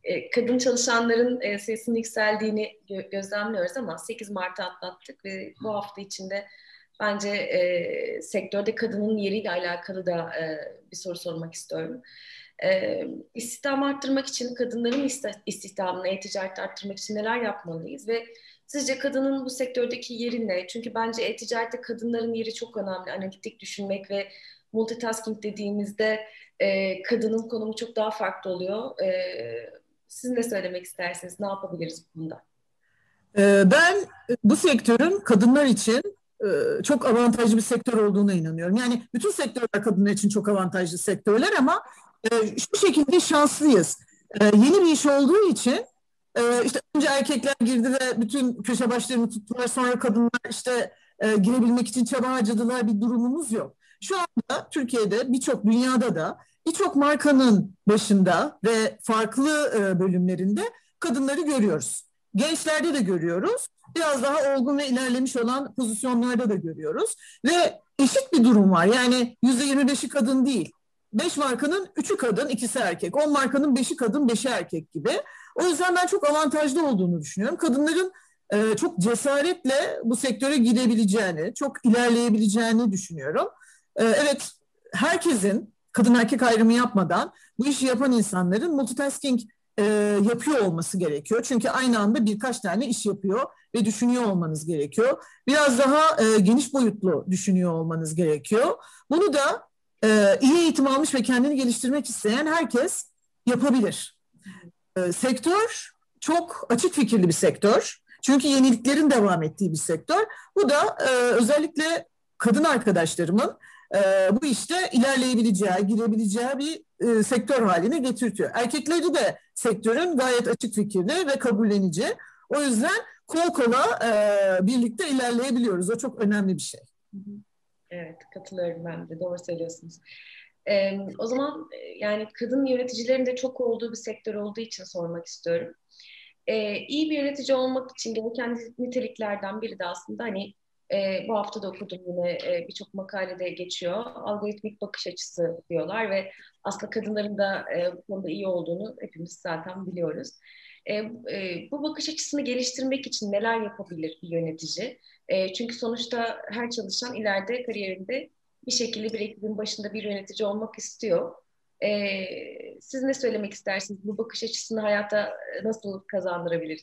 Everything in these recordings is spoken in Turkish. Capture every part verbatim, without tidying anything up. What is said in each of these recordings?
e, kadın çalışanların e, sayısının yükseldiğini gö- gözlemliyoruz ama sekiz Mart'ı atlattık ve bu hafta içinde bence e, sektörde kadının yeriyle alakalı da e, bir soru sormak istiyorum. E, istihdam arttırmak için, kadınların iste- istihdamını, e-ticareti arttırmak için neler yapmalıyız ve sizce kadının bu sektördeki yeri ne? Çünkü bence e-ticarette kadınların yeri çok önemli. Analitik düşünmek ve multitasking dediğimizde e, kadının konumu çok daha farklı oluyor. E, siz ne söylemek istersiniz? Ne yapabiliriz bu konuda? Ee, Ben bu sektörün kadınlar için e, çok avantajlı bir sektör olduğuna inanıyorum. Yani bütün sektörler kadınlar için çok avantajlı sektörler ama e, şu şekilde şanslıyız. E, Yeni bir iş olduğu için e, işte önce erkekler girdi ve bütün köşe başlarını tuttular. Sonra kadınlar işte e, girebilmek için çaba harcadılar, bir durumumuz yok. Şu anda Türkiye'de, birçok dünyada da birçok markanın başında ve farklı e, bölümlerinde kadınları görüyoruz. Gençlerde de görüyoruz. Biraz daha olgun ve ilerlemiş olan pozisyonlarda da görüyoruz. Ve eşit bir durum var. Yani yüzde yirmi beşi kadın değil. Beş markanın üçü kadın, ikisi erkek. On markanın beşi kadın, beşi erkek gibi. O yüzden ben çok avantajlı olduğunu düşünüyorum. Kadınların e, çok cesaretle bu sektöre girebileceğini, çok ilerleyebileceğini düşünüyorum. E, evet, herkesin kadın erkek ayrımı yapmadan bu işi yapan insanların multitasking e, yapıyor olması gerekiyor. Çünkü aynı anda birkaç tane iş yapıyor ve düşünüyor olmanız gerekiyor. Biraz daha e, geniş boyutlu düşünüyor olmanız gerekiyor. Bunu da e, iyi eğitim almış ve kendini geliştirmek isteyen herkes yapabilir. E, sektör çok açık fikirli bir sektör. Çünkü yeniliklerin devam ettiği bir sektör. Bu da e, özellikle kadın arkadaşlarımın e, bu işte ilerleyebileceği, girebileceği bir e, sektör haline getirtiyor. Erkekleri de sektörün gayet açık fikirli ve kabullenici. O yüzden kol kola e, birlikte ilerleyebiliyoruz. O çok önemli bir şey. Evet, katılıyorum ben de. Doğru söylüyorsunuz. Ee, o zaman e, yani kadın yöneticilerin de çok olduğu bir sektör olduğu için sormak istiyorum. Ee, iyi bir yönetici olmak için gereken niteliklerden biri de aslında hani e, bu hafta da okudum yine e, birçok makalede geçiyor. Algoritmik bakış açısı diyorlar ve aslında kadınların da e, bu konuda iyi olduğunu hepimiz zaten biliyoruz. E, e, bu bakış açısını geliştirmek için neler yapabilir bir yönetici? E, çünkü sonuçta her çalışan ileride kariyerinde bir şekilde bir ekibin başında bir yönetici olmak istiyor. E, siz ne söylemek istersiniz? Bu bakış açısını hayata nasıl kazandırabiliriz?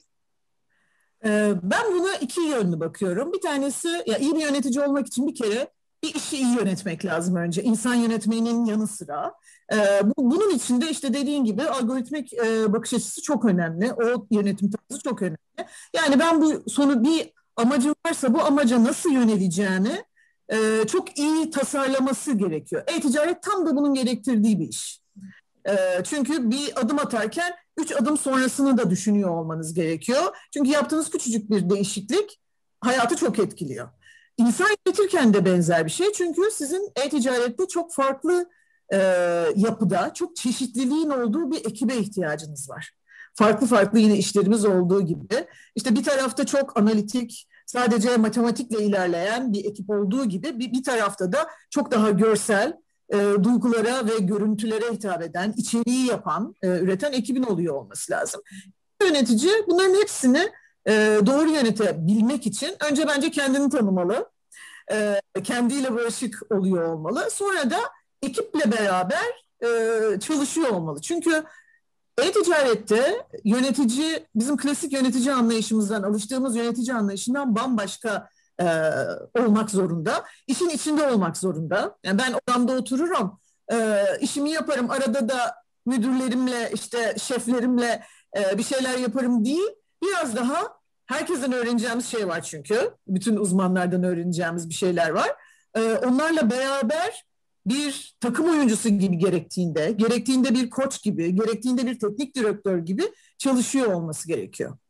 Ee, Ben buna iki yönlü bakıyorum. Bir tanesi, ya iyi bir yönetici olmak için bir kere bir işi iyi yönetmek lazım önce. İnsan yönetmenin yanı sıra. Ee, bu, bunun için de işte dediğin gibi algoritmik e, bakış açısı çok önemli. O yönetim tarzı çok önemli. Yani ben bu sonu bir amacım varsa bu amaca nasıl yöneleceğini e, çok iyi tasarlaması gerekiyor. E-ticaret tam da bunun gerektirdiği bir iş. E, çünkü bir adım atarken üç adım sonrasını da düşünüyor olmanız gerekiyor. Çünkü yaptığınız küçücük bir değişiklik hayatı çok etkiliyor. İnsan yönetirken de benzer bir şey. Çünkü sizin e-ticarette çok farklı e, yapıda, çok çeşitliliğin olduğu bir ekibe ihtiyacınız var. Farklı farklı yine işlerimiz olduğu gibi. İşte bir tarafta çok analitik, sadece matematikle ilerleyen bir ekip olduğu gibi bir, bir tarafta da çok daha görsel, e, duygulara ve görüntülere hitap eden, içeriği yapan, e, üreten ekibin oluyor olması lazım. Yönetici bunların hepsini e, doğru yönetebilmek için önce bence kendini tanımalı, e, kendiyle barışık oluyor olmalı. Sonra da ekiple beraber e, çalışıyor olmalı. Çünkü e-ticarette yönetici bizim klasik yönetici anlayışımızdan, alıştığımız yönetici anlayışından bambaşka e, olmak zorunda. İşin içinde olmak zorunda. Yani ben odamda otururum, e, işimi yaparım. Arada da müdürlerimle, işte şeflerimle e, bir şeyler yaparım değil. Biraz daha herkesten öğreneceğimiz şey var çünkü. Bütün uzmanlardan öğreneceğimiz bir şeyler var. E, onlarla beraber bir takım oyuncusu gibi gerektiğinde, gerektiğinde bir koç gibi, gerektiğinde bir teknik direktör gibi çalışıyor olması gerekiyor.